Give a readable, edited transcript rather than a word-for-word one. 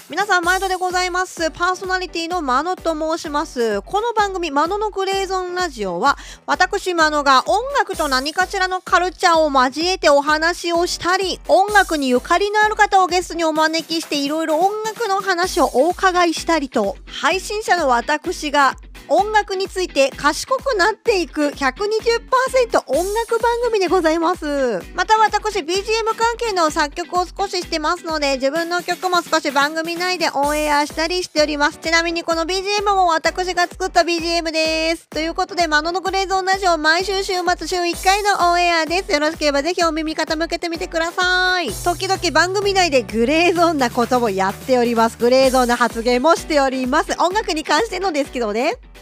皆さん毎度でございます。パーソナリティのまのと申します。この番組まののグレーゾーンラジオは、私まのが音楽と何かしらのカルチャーを交えてお話をしたり、音楽にゆかりのある方をゲストにお招きしていろいろ音楽の話をお伺いしたりと、配信者の私が音楽について賢くなっていく 120% 音楽番組でございます。また私 BGM 関係の作曲を少ししてますので、自分の曲も少し番組内でオンエアしたりしております。ちなみにこの BGM も私が作った BGM です。ということで、まののグレーゾーンラジオ毎週週末週1回のオンエアです。よろしければぜひお耳傾けてみてください。時々番組内でグレーゾーンなこともやっております。グレーゾーンな発言もしております。音楽に関してのですけどね。